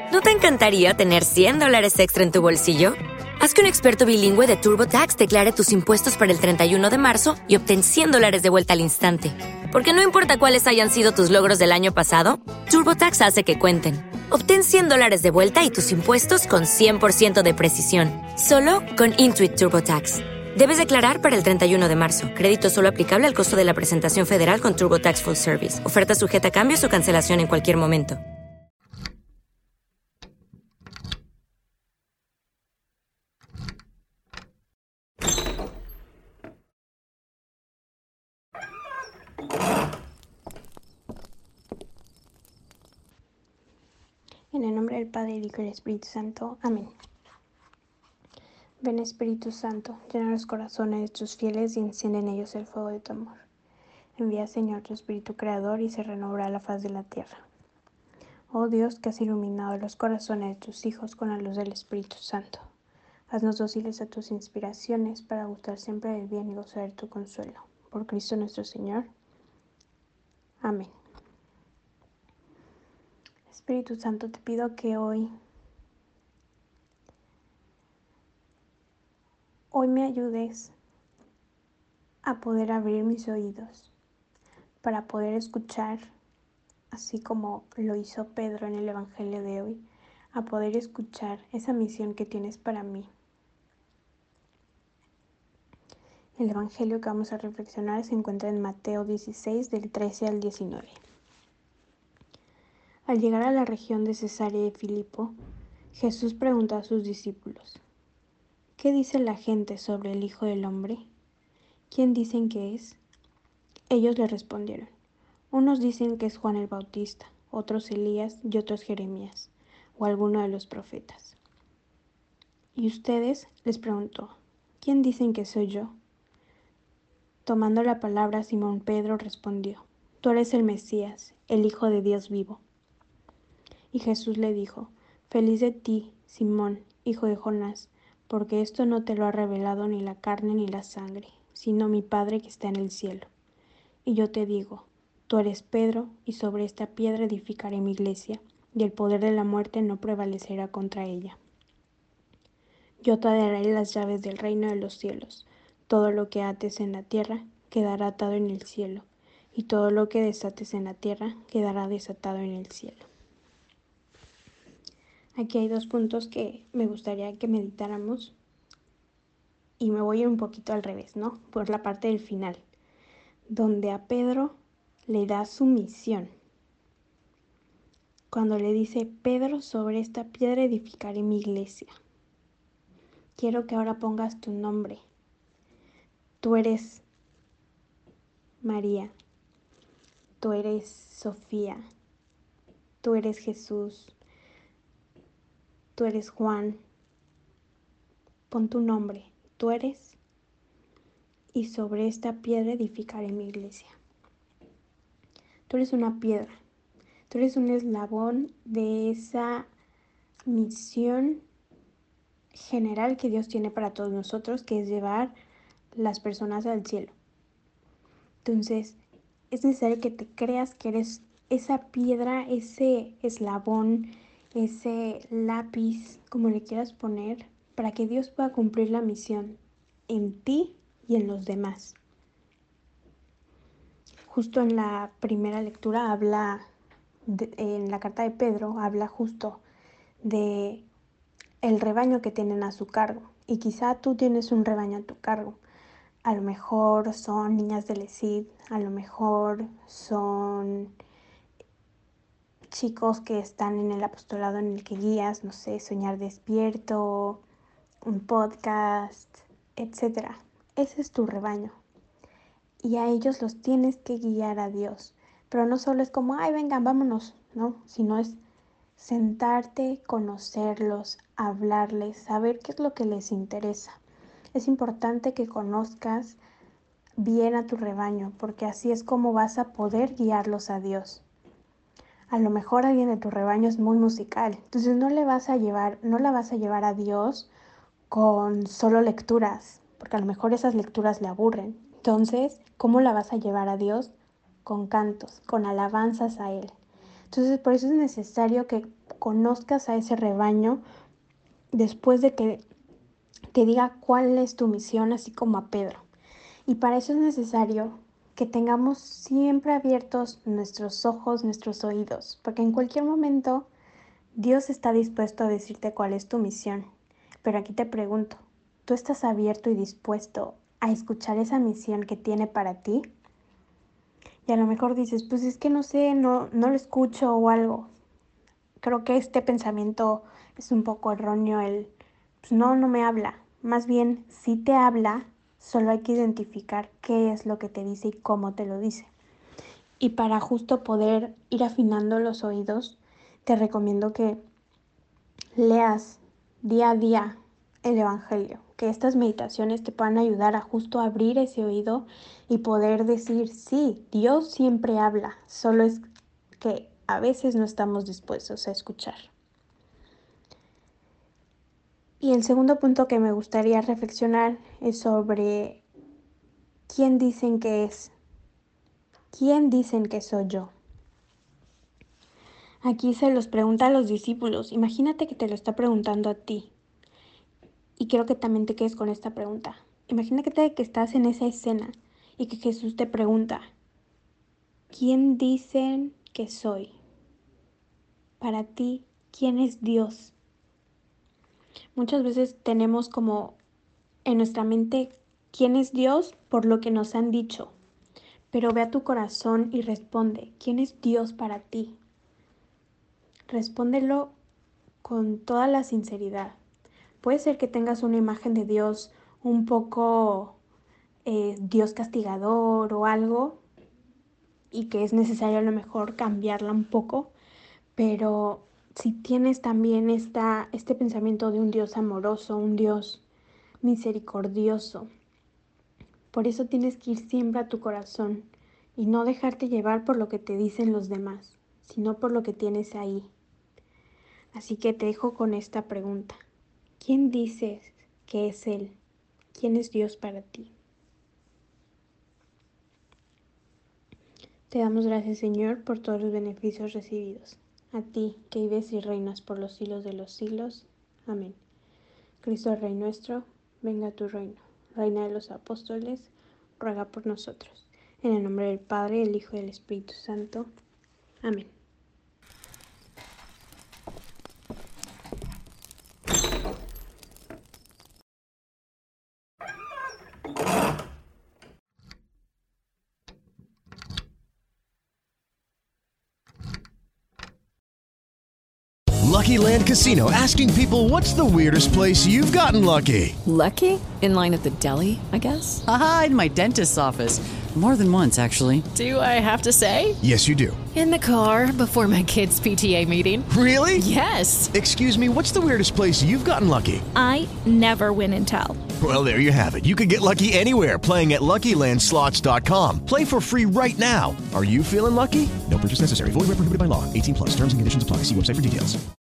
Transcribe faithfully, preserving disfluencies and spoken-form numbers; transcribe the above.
¿No te encantaría tener cien dólares extra en tu bolsillo? Haz que un experto bilingüe de TurboTax declare tus impuestos para el treinta y uno de marzo y obtén cien dólares de vuelta al instante. Porque no importa cuáles hayan sido tus logros del año pasado, TurboTax hace que cuenten. Obtén cien dólares de vuelta y tus impuestos con cien por ciento de precisión. Solo con Intuit TurboTax. Debes declarar para el treinta y uno de marzo. Crédito solo aplicable al costo de la presentación federal con TurboTax Full Service. Oferta sujeta a cambios o cancelación en cualquier momento. En el nombre del Padre, del Hijo y del Espíritu Santo. Amén. Ven, Espíritu Santo, llena los corazones de tus fieles y enciende en ellos el fuego de tu amor. Envía, Señor, tu Espíritu Creador y se renovará la faz de la tierra. Oh Dios, que has iluminado los corazones de tus hijos con la luz del Espíritu Santo. Haznos dóciles a tus inspiraciones para gustar siempre del bien y gozar de tu consuelo. Por Cristo nuestro Señor. Amén. Espíritu Santo, te pido que hoy, hoy me ayudes a poder abrir mis oídos para poder escuchar, así como lo hizo Pedro en el Evangelio de hoy, a poder escuchar esa misión que tienes para mí. El Evangelio que vamos a reflexionar se encuentra en Mateo dieciséis, del trece al diecinueve. Al llegar a la región de Cesarea de Filipo, Jesús preguntó a sus discípulos: ¿Qué dice la gente sobre el Hijo del Hombre? ¿Quién dicen que es? Ellos le respondieron: unos dicen que es Juan el Bautista, otros Elías y otros Jeremías, o alguno de los profetas. ¿Y ustedes? Les preguntó: ¿quién dicen que soy yo? Tomando la palabra, Simón Pedro respondió: tú eres el Mesías, el Hijo de Dios vivo. Y Jesús le dijo: feliz de ti, Simón, hijo de Jonás, porque esto no te lo ha revelado ni la carne ni la sangre, sino mi Padre que está en el cielo. Y yo te digo, tú eres Pedro, y sobre esta piedra edificaré mi iglesia, y el poder de la muerte no prevalecerá contra ella. Yo te daré las llaves del reino de los cielos. Todo lo que ates en la tierra quedará atado en el cielo, y todo lo que desates en la tierra quedará desatado en el cielo. Aquí hay dos puntos que me gustaría que meditáramos, y me voy a ir un poquito al revés, ¿no? Por la parte del final, donde a Pedro le da su misión. Cuando le dice: Pedro, sobre esta piedra edificaré mi iglesia. Quiero que ahora pongas tu nombre. Tú eres María, tú eres Sofía, tú eres Jesús, tú eres Juan. Pon tu nombre, tú eres, y sobre esta piedra edificaré mi iglesia. Tú eres una piedra, tú eres un eslabón de esa misión general que Dios tiene para todos nosotros, que es llevar las personas al cielo. Entonces, es necesario que te creas que eres esa piedra, ese eslabón, ese lápiz, como le quieras poner, para que Dios pueda cumplir la misión en ti y en los demás. Justo en la primera lectura habla, de, en la carta de Pedro, habla justo de el rebaño que tienen a su cargo. Y quizá tú tienes un rebaño a tu cargo. A lo mejor son niñas del E S I D, a lo mejor son chicos que están en el apostolado en el que guías, no sé, Soñar Despierto, un podcast, etcétera. Ese es tu rebaño. Y a ellos los tienes que guiar a Dios. Pero no solo es como, ay, vengan, vámonos, ¿no? Sino es sentarte, conocerlos, hablarles, saber qué es lo que les interesa. Es importante que conozcas bien a tu rebaño, porque así es como vas a poder guiarlos a Dios. A lo mejor alguien de tu rebaño es muy musical, entonces no le vas a llevar, no la vas a llevar a Dios con solo lecturas, porque a lo mejor esas lecturas le aburren. Entonces, ¿cómo la vas a llevar a Dios? Con cantos, con alabanzas a Él. Entonces, por eso es necesario que conozcas a ese rebaño después de que te diga cuál es tu misión, así como a Pedro. Y para eso es necesario que tengamos siempre abiertos nuestros ojos, nuestros oídos, porque en cualquier momento Dios está dispuesto a decirte cuál es tu misión. Pero aquí te pregunto, ¿tú estás abierto y dispuesto a escuchar esa misión que tiene para ti? Y a lo mejor dices, pues es que no sé, no, no lo escucho o algo. Creo que este pensamiento es un poco erróneo, el, pues no, no me habla. Más bien, sí te habla, solo hay que identificar qué es lo que te dice y cómo te lo dice. Y para justo poder ir afinando los oídos, te recomiendo que leas día a día el Evangelio, que estas meditaciones te puedan ayudar a justo abrir ese oído y poder decir, sí, Dios siempre habla, solo es que a veces no estamos dispuestos a escuchar. Y el segundo punto que me gustaría reflexionar es sobre quién dicen que es, quién dicen que soy yo. Aquí se los pregunta a los discípulos. Imagínate que te lo está preguntando a ti. Y quiero que también te quedes con esta pregunta. Imagínate que estás en esa escena y que Jesús te pregunta, ¿quién dicen que soy? Para ti, ¿quién es Dios? Muchas veces tenemos como en nuestra mente quién es Dios por lo que nos han dicho. Pero ve a tu corazón y responde, ¿quién es Dios para ti? Respóndelo con toda la sinceridad. Puede ser que tengas una imagen de Dios un poco eh, Dios castigador o algo y que es necesario a lo mejor cambiarla un poco, pero si tienes también esta, este pensamiento de un Dios amoroso, un Dios misericordioso, por eso tienes que ir siempre a tu corazón y no dejarte llevar por lo que te dicen los demás, sino por lo que tienes ahí. Así que te dejo con esta pregunta. ¿Quién dices que es Él? ¿Quién es Dios para ti? Te damos gracias, Señor, por todos los beneficios recibidos. A ti, que vives y reinas por los siglos de los siglos. Amén. Cristo, Rey nuestro, venga a tu reino. Reina de los apóstoles, ruega por nosotros. En el nombre del Padre, del Hijo y del Espíritu Santo. Amén. Lucky Land Casino, asking people, what's the weirdest place you've gotten lucky? Lucky? In line at the deli, I guess? Aha, in my dentist's office. More than once, actually. Do I have to say? Yes, you do. In the car before my kids' P T A meeting. Really? Yes. Excuse me, what's the weirdest place you've gotten lucky? I never win and tell. Well, there you have it. You can get lucky anywhere, playing at Lucky Land Slots dot com. Play for free right now. Are you feeling lucky? No purchase necessary. Void where prohibited by law. eighteen plus. Terms and conditions apply. See website for details.